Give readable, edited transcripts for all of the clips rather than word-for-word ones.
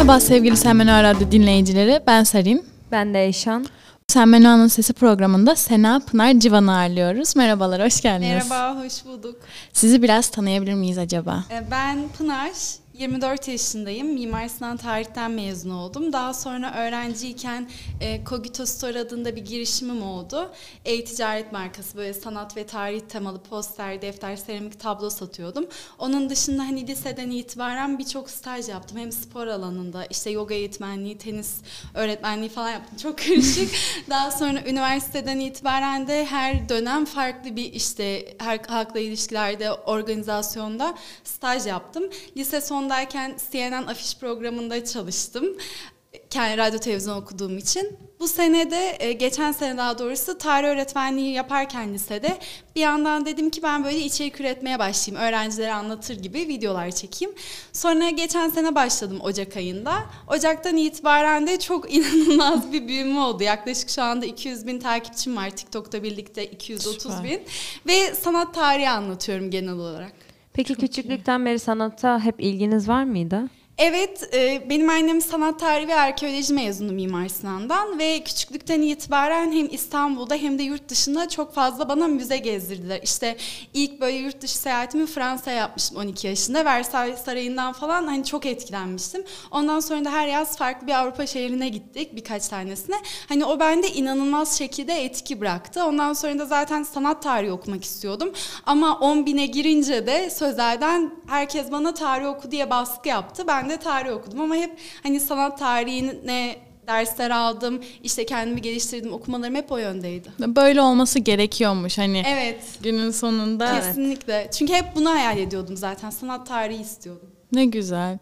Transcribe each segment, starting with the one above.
Merhaba sevgili Sen Beni Radyo dinleyicileri, ben Sarim. Ben de Eyşan. Sen Beni Anın Sesi programında Sena Pınar Civan'ı ağırlıyoruz. Merhabalar, hoş geldiniz. Merhaba, hoş bulduk. Sizi biraz tanıyabilir miyiz acaba? Ben Pınar, 24 yaşındayım. Mimar Sinan Tarih'ten mezun oldum. Daha sonra öğrenciyken Cogito Store adında bir girişimim oldu. E-ticaret markası, böyle sanat ve tarih temalı poster, defter, seramik tablo satıyordum. Onun dışında hani liseden itibaren birçok staj yaptım. Hem spor alanında, işte yoga eğitmenliği, tenis öğretmenliği falan yaptım. Çok karışık. Daha sonra üniversiteden itibaren de her dönem farklı bir işte halkla ilişkilerde, organizasyonda staj yaptım. Lise sondayken CNN afiş programında çalıştım. Kendi radyo televizyon okuduğum için. Bu sene de, geçen sene daha doğrusu tarih öğretmenliği yaparken lisede bir yandan dedim ki ben böyle içerik üretmeye başlayayım. Öğrencilere anlatır gibi videolar çekeyim. Sonra geçen sene başladım Ocak ayında. Ocaktan itibaren de çok inanılmaz bir büyüme oldu. Yaklaşık şu anda 200.000 takipçim var. TikTok'ta birlikte 230.000. Ve sanat tarihi anlatıyorum genel olarak. Peki çok küçüklükten beri sanatta hep ilginiz var mıydı? Evet, benim annem sanat tarihi ve arkeoloji mezunu Mimar Sinan'dan ve küçüklükten itibaren hem İstanbul'da hem de yurt dışında çok fazla bana müze gezdirdiler. İşte ilk böyle yurt dışı seyahatimi Fransa'ya yapmıştım 12 yaşında. Versailles Sarayı'ndan falan hani çok etkilenmiştim. Ondan sonra da her yaz farklı bir Avrupa şehrine gittik, birkaç tanesine. Hani o bende inanılmaz şekilde etki bıraktı. Ondan sonra da zaten sanat tarihi okumak istiyordum. Ama 10.000'e girince de Sözel'den herkes bana tarih oku diye baskı yaptı. Ben de tarih okudum ama hep hani sanat tarihine dersler aldım, işte kendimi geliştirdim, okumalarım hep o yöndeydi. Böyle olması gerekiyormuş hani. Evet. Günün sonunda. Kesinlikle. Evet. Çünkü hep bunu hayal ediyordum zaten. Sanat tarihi istiyordum. Ne güzel.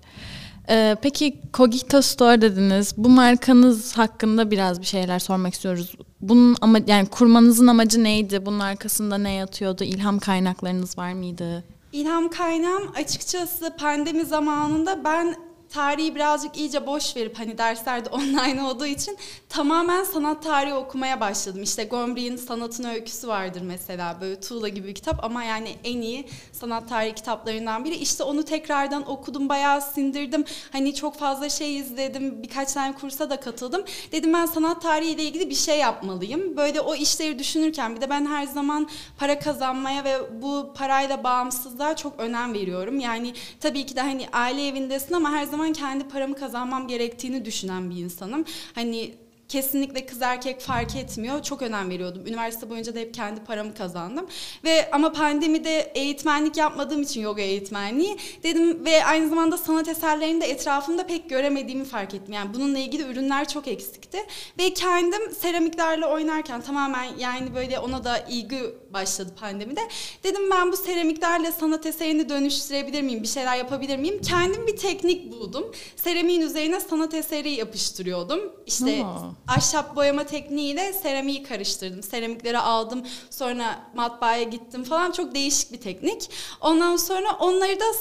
Peki Cogito Store dediniz. Bu markanız hakkında biraz bir şeyler sormak istiyoruz. Bunun ama yani kurmanızın amacı neydi? Bunun arkasında ne yatıyordu? İlham kaynaklarınız var mıydı? İlham kaynağım açıkçası pandemi zamanında ben tarihi birazcık iyice boş verip hani derslerde online olduğu için tamamen sanat tarihi okumaya başladım. İşte Gombri'nin Sanatın Öyküsü vardır mesela, böyle tuğla gibi bir kitap ama yani en iyi sanat tarihi kitaplarından biri. İşte onu tekrardan okudum, bayağı sindirdim. Hani çok fazla şey izledim, birkaç tane kursa da katıldım. Dedim ben sanat tarihiyle ilgili bir şey yapmalıyım. Böyle o işleri düşünürken bir de ben her zaman para kazanmaya ve bu parayla bağımsızlığa çok önem veriyorum. Yani tabii ki de hani aile evindesin ama her zaman kendi paramı kazanmam gerektiğini düşünen bir insanım. Hani kesinlikle kız erkek fark etmiyor. Çok önem veriyordum. Üniversite boyunca da hep kendi paramı kazandım. Ama pandemide eğitmenlik yapmadığım için yoga eğitmenliği dedim ve aynı zamanda sanat eserlerini de etrafımda pek göremediğimi fark ettim. Yani bununla ilgili ürünler çok eksikti. Ve kendim seramiklerle oynarken tamamen yani böyle ona da ilgi başladı pandemide. Dedim ben bu seramiklerle sanat eserini dönüştürebilir miyim? Bir şeyler yapabilir miyim? Kendim bir teknik buldum. Seramiğin üzerine sanat eseri yapıştırıyordum. İşte ahşap boyama tekniğiyle seramiği karıştırdım. Seramikleri aldım. Sonra matbaaya gittim falan. Çok değişik bir teknik. Ondan sonra onları da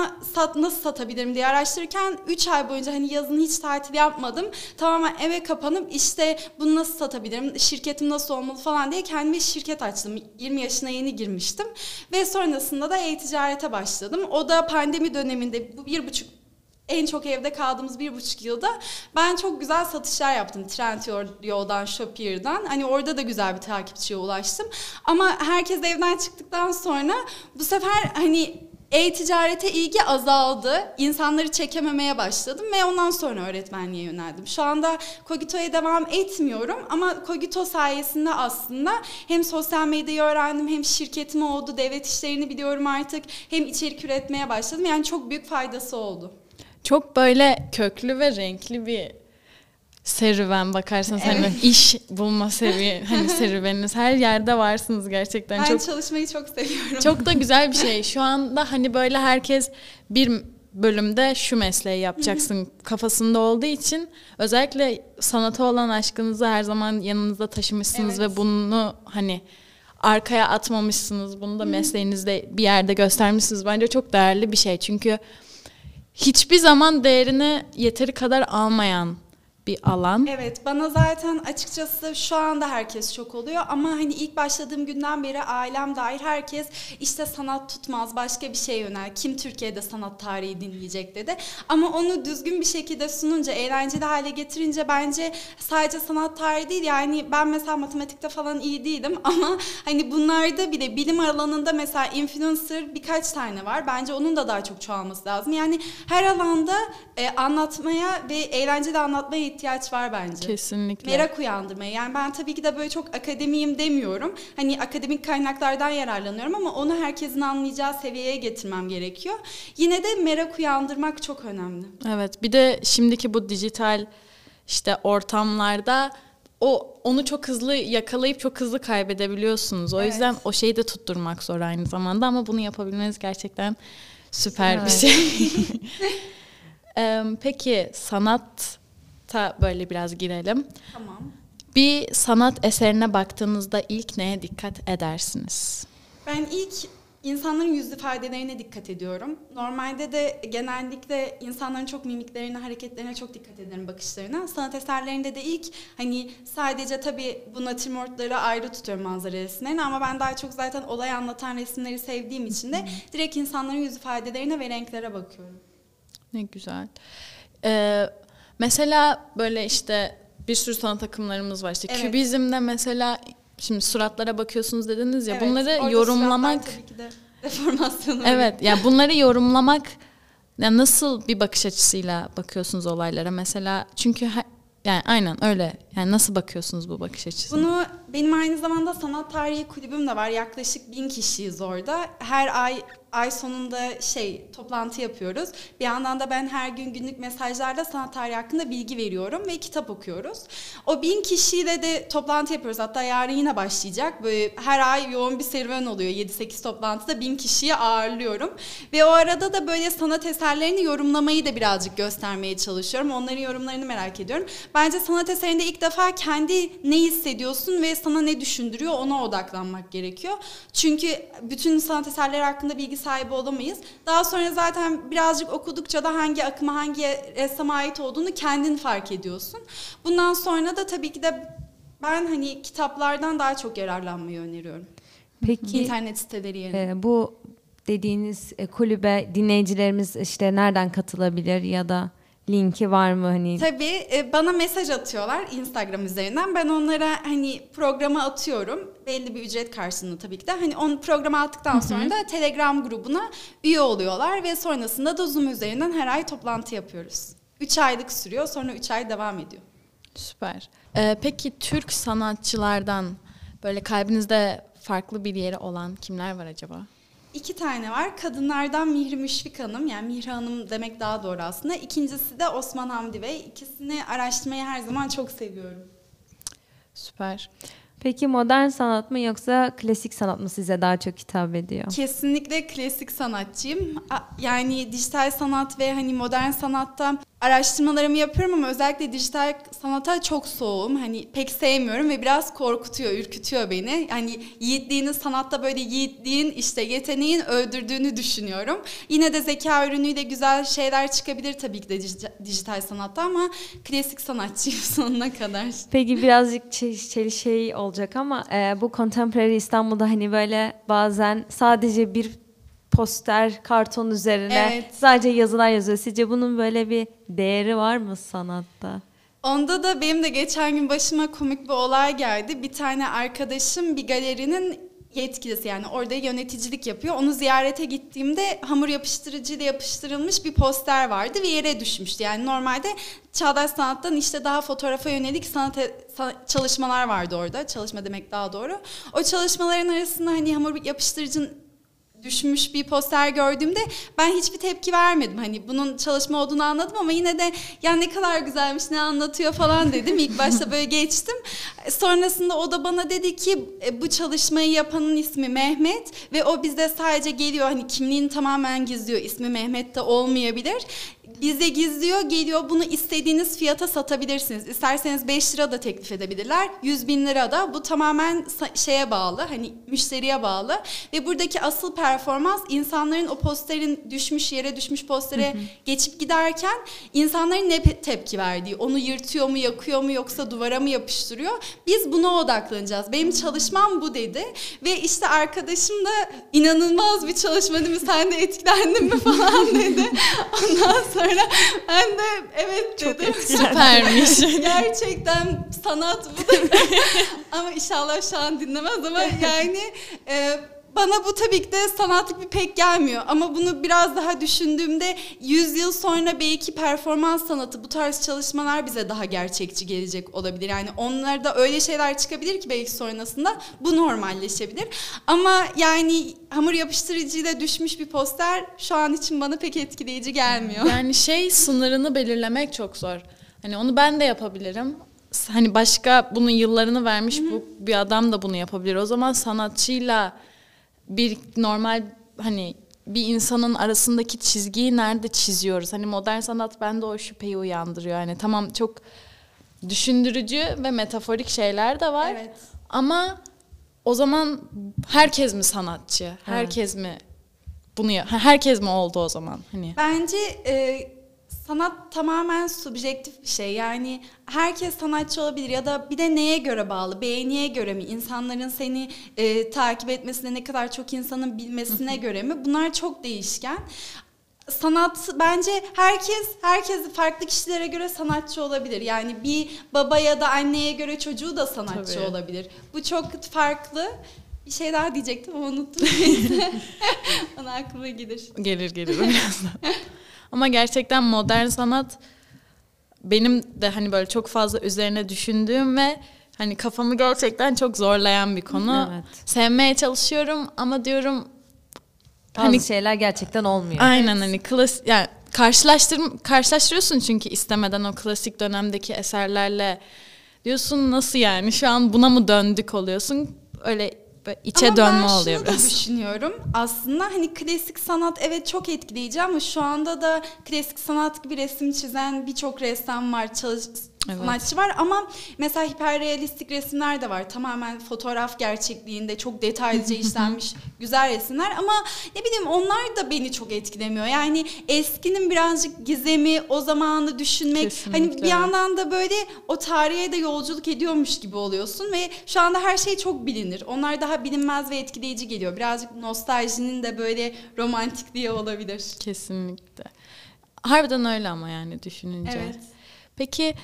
nasıl satabilirim diye araştırırken 3 ay boyunca hani yazın hiç tatil yapmadım. Tamamen eve kapanıp işte bunu nasıl satabilirim? Şirketim nasıl olmalı falan diye kendime şirket açtım. 20 yaşına yeni girmiştim. Ve sonrasında da e-ticarete başladım. O da pandemi döneminde bu en çok evde kaldığımız 1,5 yılda ben çok güzel satışlar yaptım. Trendyol'dan, Shopier'dan. Hani orada da güzel bir takipçiye ulaştım. Ama herkes evden çıktıktan sonra bu sefer hani e-ticarete ilgi azaldı. İnsanları çekememeye başladım ve ondan sonra öğretmenliğe yöneldim. Şu anda Cogito'ya devam etmiyorum ama Cogito sayesinde aslında hem sosyal medyayı öğrendim, hem şirketim oldu, devlet işlerini biliyorum artık, hem içerik üretmeye başladım. Yani çok büyük faydası oldu. Çok böyle köklü ve renkli bir serüven bakarsanız evet. Hani iş bulma hani serüveniniz, her yerde varsınız gerçekten. Ben çalışmayı çok seviyorum. Çok da güzel bir şey. Şu anda hani böyle herkes bir bölümde şu mesleği yapacaksın kafasında olduğu için özellikle sanata olan aşkınızı her zaman yanınızda taşımışsınız evet. Ve bunu hani arkaya atmamışsınız. Bunu da mesleğinizde bir yerde göstermişsiniz. Bence çok değerli bir şey. Çünkü hiçbir zaman değerini yeteri kadar almayan bir alan. Evet, bana zaten açıkçası şu anda herkes şok oluyor ama hani ilk başladığım günden beri ailem dahil herkes işte sanat tutmaz, başka bir şeye yönel. Kim Türkiye'de sanat tarihi dinleyecek dedi. Ama onu düzgün bir şekilde sununca, eğlenceli hale getirince bence sadece sanat tarihi değil. Yani ben mesela matematikte falan iyi değilim ama hani bunlarda bile bilim alanında mesela influencer birkaç tane var. Bence onun da daha çok çoğalması lazım. Yani her alanda anlatmaya ve eğlenceli anlatmaya ihtiyaç var bence. Kesinlikle. Merak uyandırmaya. Yani ben tabii ki de böyle çok akademiyim demiyorum. Hani akademik kaynaklardan yararlanıyorum ama onu herkesin anlayacağı seviyeye getirmem gerekiyor. Yine de merak uyandırmak çok önemli. Evet, bir de şimdiki bu dijital işte ortamlarda onu çok hızlı yakalayıp çok hızlı kaybedebiliyorsunuz. O yüzden o şeyi de tutturmak zor aynı zamanda ama bunu yapabilmeniz gerçekten süper bir şey. Peki sanatta böyle biraz girelim. Tamam. Bir sanat eserine baktığınızda ilk neye dikkat edersiniz? Ben ilk insanların yüz ifadelerine dikkat ediyorum. Normalde de genellikle insanların çok mimiklerine, hareketlerine çok dikkat ederim, bakışlarına. Sanat eserlerinde de ilk hani sadece tabii bu natürmortları ayrı tutuyorum, manzara resimlerini, ama ben daha çok zaten olay anlatan resimleri sevdiğim için de direkt insanların yüz ifadelerine ve renklere bakıyorum. Ne güzel. Mesela böyle işte bir sürü sanat akımlarımız var. İşte kübizmde mesela şimdi suratlara bakıyorsunuz dediniz ya, bunları yorumlamak tabii ki de deformasyonu. Evet, yani bunları yorumlamak, yani nasıl bir bakış açısıyla bakıyorsunuz olaylara mesela, çünkü yani aynen öyle. Yani nasıl bakıyorsunuz bu bakış açısına? Bunu benim aynı zamanda sanat tarihi kulübüm de var. Yaklaşık 1000 kişiyiz orada. Her ay sonunda toplantı yapıyoruz. Bir yandan da ben her gün günlük mesajlarla sanat tarihi hakkında bilgi veriyorum ve kitap okuyoruz. O 1000 kişiyle de toplantı yapıyoruz. Hatta yarın yine başlayacak. Böyle her ay yoğun bir serüven oluyor. 7-8 toplantıda 1000 kişiyi ağırlıyorum. Ve o arada da böyle sanat eserlerini yorumlamayı da birazcık göstermeye çalışıyorum. Onların yorumlarını merak ediyorum. Bence sanat eserinde ilk defa kendi ne hissediyorsun ve sana ne düşündürüyor, ona odaklanmak gerekiyor. Çünkü bütün sanat eserleri hakkında bilgi sahibi olamayız. Daha sonra zaten birazcık okudukça da hangi akıma, hangi ressama ait olduğunu kendin fark ediyorsun. Bundan sonra da tabii ki de ben hani kitaplardan daha çok yararlanmayı öneriyorum. Peki İnternet siteleri yerine. Bu dediğiniz kulübe dinleyicilerimiz işte nereden katılabilir ya da linki var mı hani? Tabii bana mesaj atıyorlar Instagram üzerinden. Ben onlara hani programa atıyorum. Belli bir ücret karşılığında tabii ki de. Hani onu programa attıktan sonra da Telegram grubuna üye oluyorlar ve sonrasında da Zoom üzerinden her ay toplantı yapıyoruz. 3 aylık sürüyor, sonra 3 ay devam ediyor. Süper. Peki Türk sanatçılardan böyle kalbinizde farklı bir yeri olan kimler var acaba? 2 tane var. Kadınlardan Mihri Müşfik Hanım, yani Mihri Hanım demek daha doğru aslında. İkincisi de Osman Hamdi Bey. İkisini araştırmayı her zaman çok seviyorum. Süper. Peki modern sanat mı yoksa klasik sanat mı size daha çok hitap ediyor? Kesinlikle klasik sanatçıyım. Yani dijital sanat ve hani modern sanatta araştırmalarımı yapıyorum ama özellikle dijital sanata çok soğuğum. Hani pek sevmiyorum ve biraz korkutuyor, ürkütüyor beni. Yani yiğitliğini sanatta böyle yiğitliğin, işte yeteneğin öldürdüğünü düşünüyorum. Yine de zeka ürünüyle güzel şeyler çıkabilir tabii ki de dijital sanatta ama klasik sanatçıyım sonuna kadar. Peki birazcık şey olacak ama bu Contemporary İstanbul'da hani böyle bazen sadece bir poster, karton üzerine sadece yazılar yazıyor. Sizce bunun böyle bir değeri var mı sanatta? Onda da benim de geçen gün başıma komik bir olay geldi. Bir tane arkadaşım bir galerinin yetkilisi, yani orada yöneticilik yapıyor. Onu ziyarete gittiğimde hamur yapıştırıcıyla yapıştırılmış bir poster vardı ve yere düşmüştü. Yani normalde çağdaş sanattan işte daha fotoğrafa yönelik çalışmalar vardı orada. Çalışma demek daha doğru. O çalışmaların arasında hani hamur yapıştırıcının düşmüş bir poster gördüğümde ben hiçbir tepki vermedim. Hani bunun çalışma olduğunu anladım ama yine de ya ne kadar güzelmiş, ne anlatıyor falan dedim. İlk başta böyle geçtim. Sonrasında o da bana dedi ki bu çalışmayı yapanın ismi Mehmet ve o bizde sadece geliyor, hani kimliğini tamamen gizliyor. İsmi Mehmet de olmayabilir. Bize gizliyor, geliyor, bunu istediğiniz fiyata satabilirsiniz. İsterseniz 5 lira da teklif edebilirler. 100.000 lira da. Bu tamamen şeye bağlı, hani müşteriye bağlı. Ve buradaki asıl performans insanların o posterin yere düşmüş postere geçip giderken insanların ne tepki verdiği. Onu yırtıyor mu, yakıyor mu, yoksa duvara mı yapıştırıyor? Biz buna odaklanacağız. Benim çalışmam bu dedi. Ve işte arkadaşım da inanılmaz bir çalışma değil mi? Sen de etkilendin mi falan dedi. Ondan sonra ben de evet dedim. Süpermiş. Gerçekten sanat bu. Ama inşallah şu an dinlemez ama yani bana bu tabii ki de sanatlık bir pek gelmiyor. Ama bunu biraz daha düşündüğümde 100 yıl sonra belki performans sanatı, bu tarz çalışmalar bize daha gerçekçi gelecek olabilir. Yani onlarda öyle şeyler çıkabilir ki belki sonrasında bu normalleşebilir. Ama yani hamur yapıştırıcıyla düşmüş bir poster şu an için bana pek etkileyici gelmiyor. Yani sınırını belirlemek çok zor. Hani onu ben de yapabilirim. Hani başka bunun yıllarını vermiş bir adam da bunu yapabilir. O zaman sanatçıyla bir normal hani bir insanın arasındaki çizgiyi nerede çiziyoruz? Hani modern sanat bende o şüpheyi uyandırıyor. Yani tamam, çok düşündürücü ve metaforik şeyler de var. Evet. Ama o zaman herkes mi sanatçı? Evet. Herkes mi herkes mi oldu o zaman? Hani bence sanat tamamen subjektif bir şey. Yani herkes sanatçı olabilir ya da bir de neye göre bağlı? Beğeniye göre mi? İnsanların seni takip etmesine, ne kadar çok insanın bilmesine göre mi? Bunlar çok değişken. Sanat bence herkes farklı kişilere göre sanatçı olabilir. Yani bir baba ya da anneye göre çocuğu da sanatçı Tabii. olabilir. Bu çok farklı. Bir şey daha diyecektim ama unuttum. Bana aklıma gelir. Gelir birazdan. Ama gerçekten modern sanat benim de hani böyle çok fazla üzerine düşündüğüm ve hani kafamı gerçekten çok zorlayan bir konu. Evet. Sevmeye çalışıyorum ama diyorum bazı şeyler gerçekten olmuyor. Aynen, hani yani karşılaştırıyorsun çünkü istemeden o klasik dönemdeki eserlerle, diyorsun nasıl yani şu an buna mı döndük oluyorsun, öyle içe dönme oluyor biraz. Ama ben şunu da düşünüyorum aslında, hani klasik sanat evet çok etkileyici ama şu anda da klasik sanat gibi resim çizen birçok ressam var, sanatçı var ama mesela hiperrealistik resimler de var. Tamamen fotoğraf gerçekliğinde çok detaylıca işlenmiş güzel resimler ama ne bileyim onlar da beni çok etkilemiyor. Yani eskinin birazcık gizemi, o zamanı düşünmek, kesinlikle. Hani bir yandan da böyle o tarihe de yolculuk ediyormuş gibi oluyorsun ve şu anda her şey çok bilinir. Onlar daha bilinmez ve etkileyici geliyor. Birazcık nostaljinin de böyle romantikliği olabilir. Kesinlikle. Harbiden öyle ama yani düşününce. Evet. Peki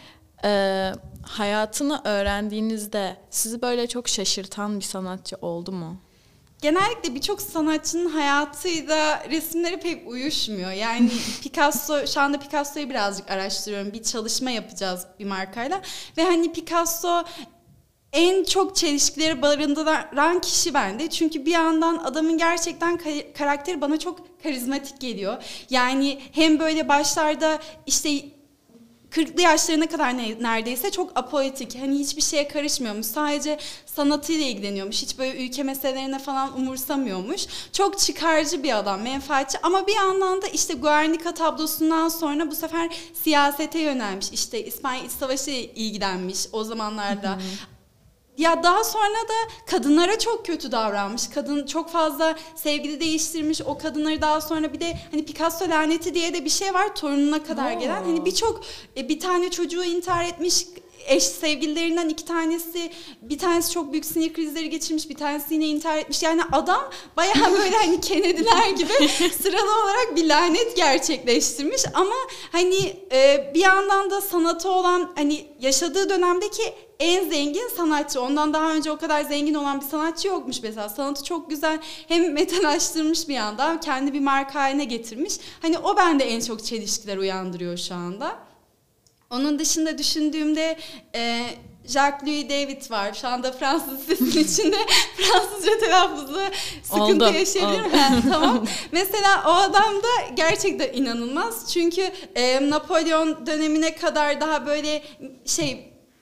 hayatını öğrendiğinizde sizi böyle çok şaşırtan bir sanatçı oldu mu? Genellikle birçok sanatçının hayatıyla resimleri pek uyuşmuyor. Yani Picasso, şu anda Picasso'yu birazcık araştırıyorum. Bir çalışma yapacağız bir markayla. Ve hani Picasso en çok çelişkileri barındıran kişi bende. Çünkü bir yandan adamın gerçekten karakteri bana çok karizmatik geliyor. Yani hem böyle başlarda işte 40'lı yaşlarına kadar neredeyse çok apolitik. Hani hiçbir şeye karışmıyormuş. Sadece sanatıyla ilgileniyormuş. Hiç böyle ülke meselelerine falan umursamıyormuş. Çok çıkarcı bir adam, menfaatçi. Ama bir yandan da işte Guernica tablosundan sonra bu sefer siyasete yönelmiş. İşte İspanya İç Savaşı ile ilgilenmiş o zamanlarda. Ya daha sonra da kadınlara çok kötü davranmış. Kadın çok fazla sevgili değiştirmiş. O kadınları daha sonra bir de hani Picasso laneti diye de bir şey var, torununa kadar gelen. Hani bir tane çocuğu intihar etmiş. Sevgililerinden 2 tanesi, bir tanesi çok büyük sinir krizleri geçirmiş, bir tanesi yine intihar etmiş. Yani adam bayağı böyle hani Kennedy'ler gibi sıralı olarak bir lanet gerçekleştirmiş. Ama hani bir yandan da sanatı olan, hani yaşadığı dönemdeki en zengin sanatçı. Ondan daha önce o kadar zengin olan bir sanatçı yokmuş mesela. Sanatı çok güzel hem metalaştırmış bir yandan, kendi bir marka haline getirmiş. Hani o bende en çok çelişkiler uyandırıyor şu anda. Onun dışında düşündüğümde Jacques-Louis David var. Şu anda Fransız Lisesi'nin içinde Fransızca telaffuzu sıkıntı yaşayabilirim. Tamam. Mesela o adam da gerçekten inanılmaz. Çünkü Napolyon dönemine kadar daha böyle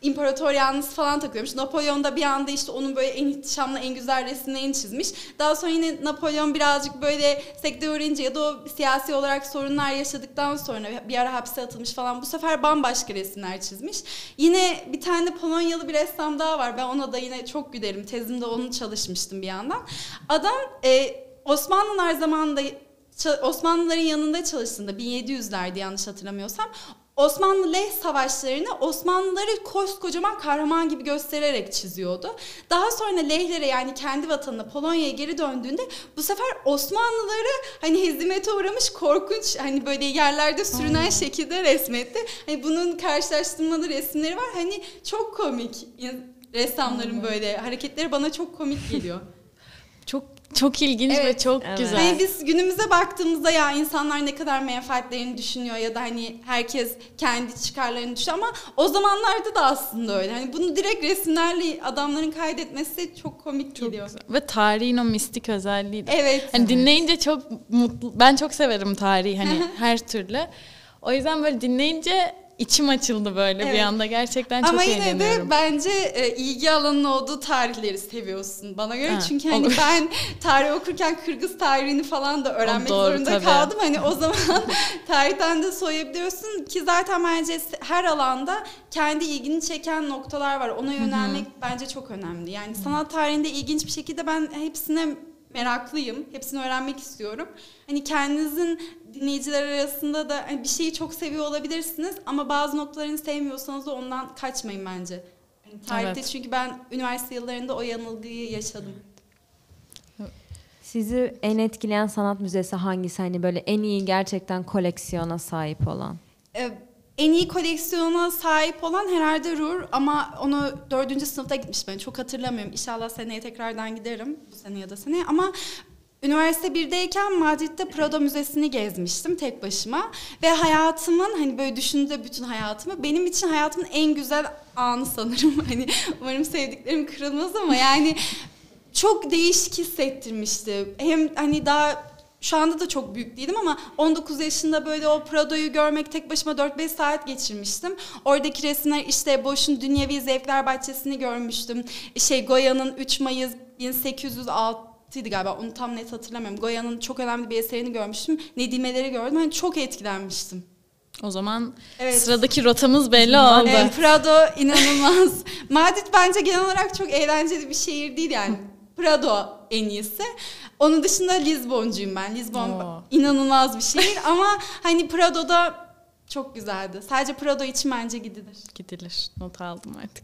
İmparator yalnız falan takıyormuş. Napolyon da bir anda işte onun böyle en ihtişamlı, en güzel resimlerini çizmiş. Daha sonra yine Napolyon birazcık böyle sekteye uğrayınca ya da o siyasi olarak sorunlar yaşadıktan sonra bir ara hapse atılmış falan. Bu sefer bambaşka resimler çizmiş. Yine bir tane Polonyalı bir ressam daha var. Ben ona da yine çok gülerim. Tezimde onu çalışmıştım bir yandan. Adam Osmanlılar zamanında Osmanlıların yanında çalıştığında 1700'lerde yanlış hatırlamıyorsam Osmanlı-Leh savaşlarını Osmanlıları koskocaman kahraman gibi göstererek çiziyordu. Daha sonra Lehlere yani kendi vatanına Polonya'ya geri döndüğünde bu sefer Osmanlıları hani hezimete uğramış korkunç hani böyle yerlerde sürünen şekilde resmetti. Hani bunun karşılaştırmalı resimleri var. Hani çok komik ressamların böyle hareketleri bana çok komik geliyor. Çok ilginç ve çok güzel. Ve biz günümüze baktığımızda ya insanlar ne kadar menfaatlerini düşünüyor ya da hani herkes kendi çıkarlarını düşünüyor ama o zamanlarda da aslında öyle. Hani bunu direkt resimlerle adamların kaydetmesi çok komik geliyor. Güzel. Ve tarihin o mistik özelliği de. Evet. Hani dinleyince çok mutlu. Ben çok severim tarihi hani her türlü. O yüzden böyle dinleyince İçim açıldı böyle bir anda. Gerçekten çok eğleniyorum. Ama yine de bence ilgi alanının olduğu tarihleri seviyorsun bana göre. Çünkü hani ben tarih okurken Kırgız tarihini falan da öğrenmek zorunda kaldım. Hani o zaman tarihten de soyabiliyorsun ki zaten bence her alanda kendi ilgini çeken noktalar var. Ona yönelmek bence çok önemli. Yani sanat tarihinde ilginç bir şekilde ben hepsine meraklıyım. Hepsini öğrenmek istiyorum. Hani kendinizin dinleyiciler arasında da hani bir şeyi çok seviyor olabilirsiniz ama bazı noktalarını sevmiyorsanız da ondan kaçmayın bence. Yani tarihte çünkü ben üniversite yıllarında o yanılgıyı yaşadım. Sizi en etkileyen sanat müzesi hangisi? Hani böyle en iyi gerçekten koleksiyona sahip olan? En iyi koleksiyona sahip olan herhalde Ruhr ama onu 4. sınıfta gitmiştim. Ben çok hatırlamıyorum. İnşallah seneye tekrardan giderim. Bu sene ya da seneye ama üniversite 1'deyken Madrid'de Prado Müzesi'ni gezmiştim tek başıma. Ve hayatımın hani böyle düşündüğümde bütün hayatımı benim için hayatımın en güzel anı sanırım. Hani umarım sevdiklerim kırılmaz ama yani çok değişik hissettirmişti. Hem hani daha şu anda da çok büyük değilim ama 19 yaşında böyle o Prado'yu görmek tek başıma 4-5 saat geçirmiştim. Oradaki resimler işte Bosch'un Dünyevi Zevkler Bahçesi'ni görmüştüm. Goya'nın 3 Mayıs 1806'ydı galiba, onu tam net hatırlamıyorum. Goya'nın çok önemli bir eserini görmüştüm. Nedimeleri gördüm. Hani çok etkilenmiştim. O zaman sıradaki rotamız belli oldu. Prado inanılmaz. Madrid bence genel olarak çok eğlenceli bir şehir değil yani. Prado en iyisi. Onun dışında Lizboncuyum ben. Lizbon inanılmaz bir şehir ama hani Prado'da çok güzeldi. Sadece Prado için bence gidilir. Gidilir. Not aldım artık.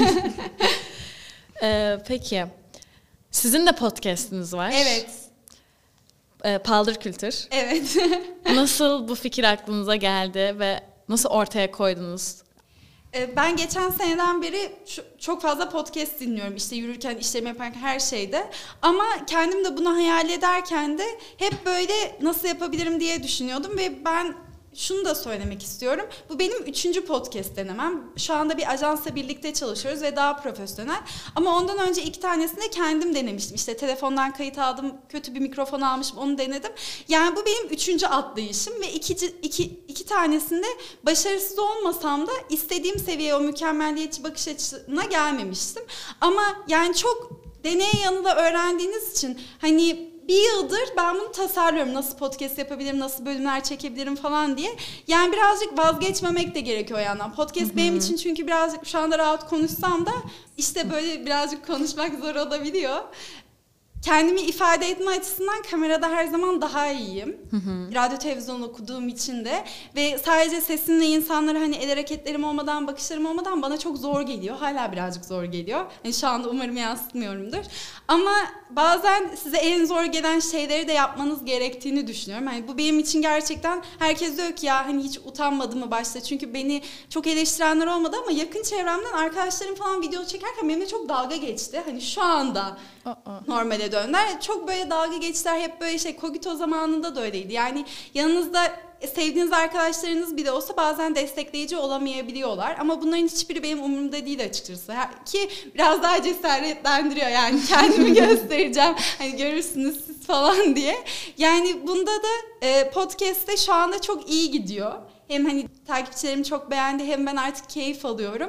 Peki. Sizin de podcast'ınız var. Evet. Paldır Kültür. Evet. Nasıl bu fikir aklınıza geldi ve nasıl ortaya koydunuz? Ben geçen seneden beri çok fazla podcast dinliyorum. İşte yürürken, işlerimi yaparken, her şeyde. Ama kendim de bunu hayal ederken de hep böyle nasıl yapabilirim diye düşünüyordum. Ve ben şunu da söylemek istiyorum. Bu benim 3. podcast denemem. Şu anda bir ajansla birlikte çalışıyoruz ve daha profesyonel. Ama ondan önce 2 tanesini de kendim denemiştim. İşte telefondan kayıt aldım, kötü bir mikrofon almışım, onu denedim. Yani bu benim 3. atlayışım ve iki tanesinde başarısız olmasam da istediğim seviyeye, o mükemmeliyetçi bakış açısına gelmemiştim. Ama yani çok deneye yanıla öğrendiğiniz için hani bir yıldır ben bunu tasarlıyorum. Nasıl podcast yapabilirim, nasıl bölümler çekebilirim falan diye. Yani birazcık vazgeçmemek de gerekiyor o yandan. Podcast benim için çünkü birazcık şu anda rahat konuşsam da işte böyle birazcık konuşmak zor olabiliyor. Kendimi ifade etme açısından kamerada her zaman daha iyiyim. Radyo televizyon okuduğum için de ve sadece sesimle insanlara hani el hareketlerim olmadan, bakışlarım olmadan bana çok zor geliyor. Hala birazcık zor geliyor. Yani şu anda umarım yansıtmıyorumdur. Ama bazen size en zor gelen şeyleri de yapmanız gerektiğini düşünüyorum. Hani bu benim için gerçekten herkes diyor ki ya hani hiç utanmadım mı başta? Çünkü beni çok eleştirenler olmadı ama yakın çevremden arkadaşlarım falan video çekerken benimle çok dalga geçti. Hani şu anda normale döndüler. Çok böyle dalga geçtiler. Hep böyle Kogito zamanında da öyleydi. Yani yanınızda sevdiğiniz arkadaşlarınız bile olsa bazen destekleyici olamayabiliyorlar. Ama bunların hiçbiri benim umurumda değil açıkçası. Ki biraz daha cesaretlendiriyor yani kendimi göstereceğim. Hani görürsünüz siz falan diye. Yani bunda da podcast'te şu anda çok iyi gidiyor. Hem hani takipçilerim çok beğendi hem ben artık keyif alıyorum.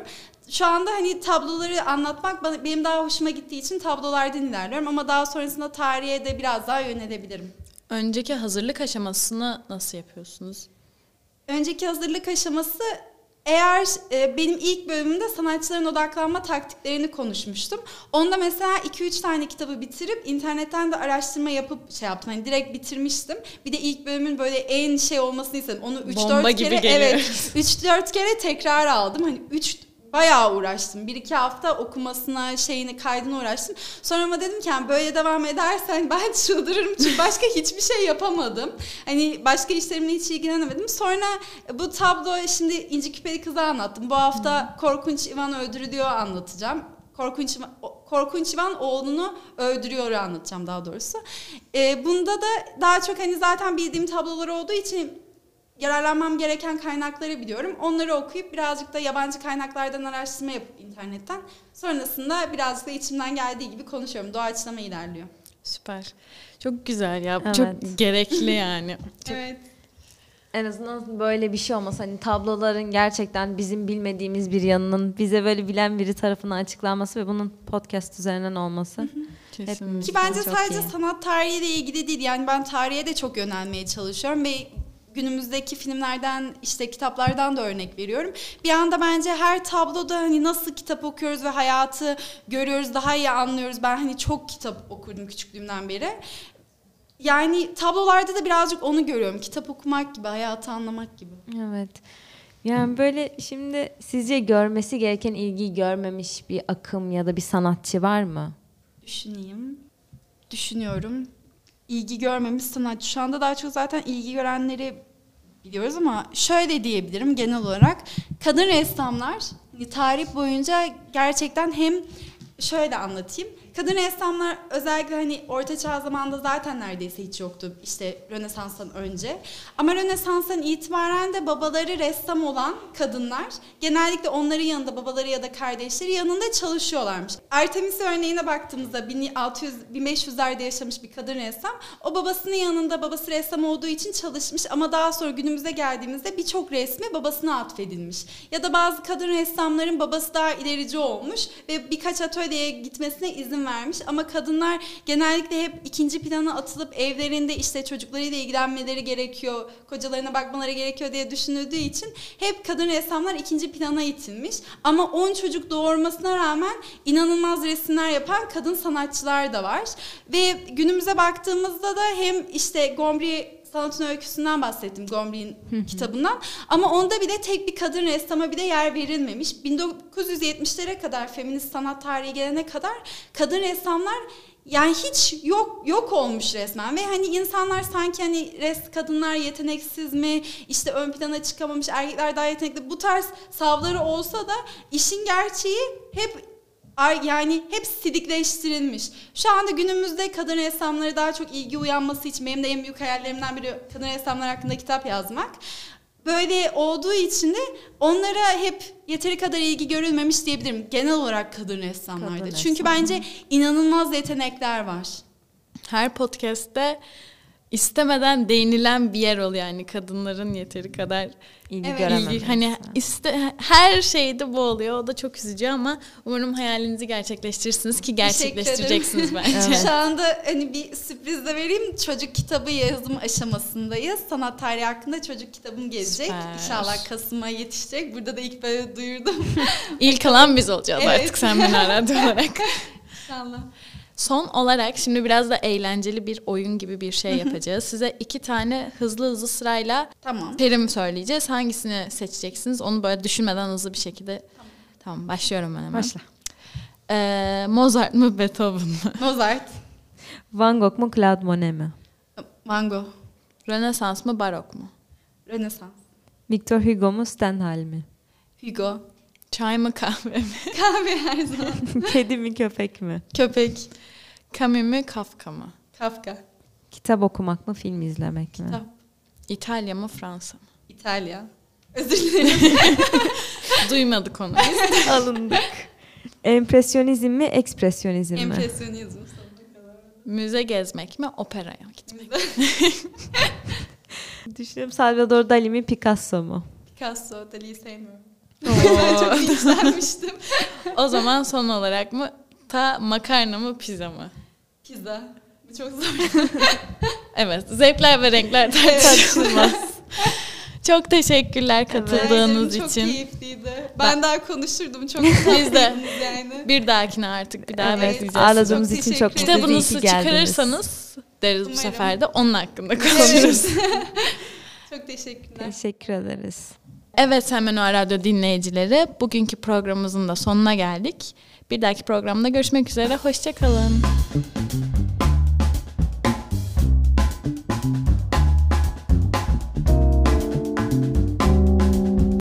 şu anda hani tabloları anlatmak benim daha hoşuma gittiği için tablolardan ilerliyorum. Ama daha sonrasında tarihe de biraz daha yönelebilirim. Önceki hazırlık aşamasını nasıl yapıyorsunuz? Önceki hazırlık aşaması, eğer benim ilk bölümümde sanatçıların odaklanma taktiklerini konuşmuştum. Onda mesela 2-3 tane kitabı bitirip internetten de araştırma yapıp şey yaptım. Hani direkt bitirmiştim. Bir de ilk bölümün böyle en şey olmasını istedim. Onu 3-4 kere, evet, 3-4 kere tekrar aldım. Hani bayağı uğraştım. 1-2 hafta okumasına, kaydına uğraştım. Sonra ama dedim ki yani böyle devam edersen ben çıldırırım. Çünkü başka hiçbir şey yapamadım. Hani başka işlerimle hiç ilgilenemedim. Sonra bu tablo, şimdi İnci Küpeli Kız'ı anlattım. Bu hafta Korkunç İvan öldürülüyor anlatacağım. Korkunç İvan oğlunu öldürüyor anlatacağım daha doğrusu. Bunda da daha çok hani zaten bildiğim tablolar olduğu için yararlanmam gereken kaynakları biliyorum. Onları okuyup birazcık da yabancı kaynaklardan araştırma yapıp internetten. Sonrasında birazcık da içimden geldiği gibi konuşuyorum. Doğaçlama ilerliyor. Süper. Çok güzel ya. Evet. Çok gerekli yani. Evet. En azından böyle bir şey olmasa, hani tabloların gerçekten bizim bilmediğimiz bir yanının bize böyle bilen biri tarafından açıklanması ve bunun podcast üzerinden olması. Kesinlikle. Ki bence çok sadece iyi. sanat tarihiyle ilgili değil. Yani ben tarihe de çok yönelmeye çalışıyorum ve günümüzdeki filmlerden, işte kitaplardan da örnek veriyorum. Bir anda bence her tabloda hani nasıl kitap okuyoruz ve hayatı görüyoruz, daha iyi anlıyoruz. Ben hani çok kitap okurdum küçüklüğümden beri. Yani tablolarda da birazcık onu görüyorum. Kitap okumak gibi, hayatı anlamak gibi. Evet. Yani böyle şimdi sizce görmesi gereken ilgiyi görmemiş bir akım ya da bir sanatçı var mı? Düşünüyorum. İlgi görmemiş sanatçı. Şu anda daha çok zaten ilgi görenleri biliyoruz ama şöyle diyebilirim genel olarak. Kadın ressamlar tarih boyunca gerçekten, hem şöyle anlatayım. Kadın ressamlar özellikle hani Orta Çağ zamanında zaten neredeyse hiç yoktu, işte Rönesans'tan önce. Ama Rönesans'tan itibaren de babaları ressam olan kadınlar genellikle onların yanında, babaları ya da kardeşleri yanında çalışıyorlarmış. Artemis örneğine baktığımızda 1600-1500'lerde yaşamış bir kadın ressam. O babasının yanında, babası ressam olduğu için çalışmış ama daha sonra günümüze geldiğimizde birçok resmi babasına atfedilmiş. Ya da bazı kadın ressamların babası daha ilerici olmuş ve birkaç atölyeye gitmesine izin vermiş ama kadınlar genellikle hep ikinci plana atılıp evlerinde işte çocuklarıyla ilgilenmeleri gerekiyor, kocalarına bakmaları gerekiyor diye düşünüldüğü için hep kadın ressamlar ikinci plana itilmiş. Ama 10 çocuk doğurmasına rağmen inanılmaz resimler yapan kadın sanatçılar da var. Ve günümüze baktığımızda da hem işte Gombrich Sanatın Öyküsü'nden bahsettim, Gombrich'in kitabından. Ama onda bile tek bir kadın ressama bile yer verilmemiş. 1970'lere kadar, feminist sanat tarihi gelene kadar kadın ressamlar yani hiç yok olmuş resmen. Ve hani insanlar sanki hani kadınlar yeteneksiz mi, işte ön plana çıkamamış, erkekler daha yetenekli, bu tarz savları olsa da işin gerçeği hep sidikleştirilmiş. Şu anda günümüzde kadın ressamlara daha çok ilgi uyanması için benim de en büyük hayallerimden biri kadın ressamlar hakkında kitap yazmak. Böyle olduğu için de onlara hep yeteri kadar ilgi görülmemiş diyebilirim. Genel olarak kadın ressamlarda. Çünkü bence inanılmaz yetenekler var. Her podcast'te istemeden değinilen bir yer oluyor yani, kadınların yeteri kadar ilgi görememesi. Hani her şeyde bu oluyor. O da çok üzücü ama umarım hayalinizi gerçekleştirirsiniz ki gerçekleştireceksiniz bence. Evet. Şu anda hani bir sürpriz de vereyim. Çocuk kitabı yazım aşamasındayız. Sanat tarihi hakkında çocuk kitabım gelecek. Süper. İnşallah Kasım'a yetişecek. Burada da ilk böyle duyurdum. İlk alan biz olacağız evet. Artık sen beni aradın olarak. İnşallah. Son olarak şimdi biraz da eğlenceli bir oyun gibi bir şey yapacağız. Size 2 tane hızlı sırayla terim söyleyeceğiz. Hangisini seçeceksiniz? Onu böyle düşünmeden hızlı bir şekilde. Tamam, başlıyorum ben hemen. Başla. Mozart mı, Beethoven mı? Mozart. Van Gogh mu, Claude Monet mi? Van Gogh. Rönesans mı, barok mu? Rönesans. Victor Hugo mu, Stendhal mi? Hugo. Çay mı, kahve mi? Kahve her zaman. Kedi mi, köpek mi? Köpek. Camus mi, Kafka mı? Kafka. Kitap okumak mı, film izlemek mi? Kitap. İtalya mı, Fransa mı? İtalya. Özür dilerim. Duymadık onu. Alındık. Empresyonizm mi, ekspresyonizm mi? Empresyonizm. Müze gezmek mi, operaya gitmek mi? Düşünüyorum, Salvador Dali mi, Picasso mu? Picasso, Dali'yi sevmiyorum. Ben çok linçlenmiştim. O zaman son olarak mı makarna mı pizza mı? Pizza. Bu çok zor. Evet, zevkler ve renkler tartışılmaz. Çok teşekkürler katıldığınız Çok için. keyifliydi. Ben daha konuşurdum. Çok Biz de. tatlıydınız yani. Bir dahakine artık bir daha Evet, bekleyeceğiz. ağırladığımız Çok için çok teşekkür mutluyuz. İyi Kitabınızı ki geldiniz. çıkarırsanız deriz bu Umarım. sefer de onun hakkında konuşuruz. Çok teşekkürler. Teşekkür ederiz. Evet Semenoa Radyo dinleyicileri, bugünkü programımızın da sonuna geldik. Bir dahaki programda görüşmek üzere, hoşça kalın.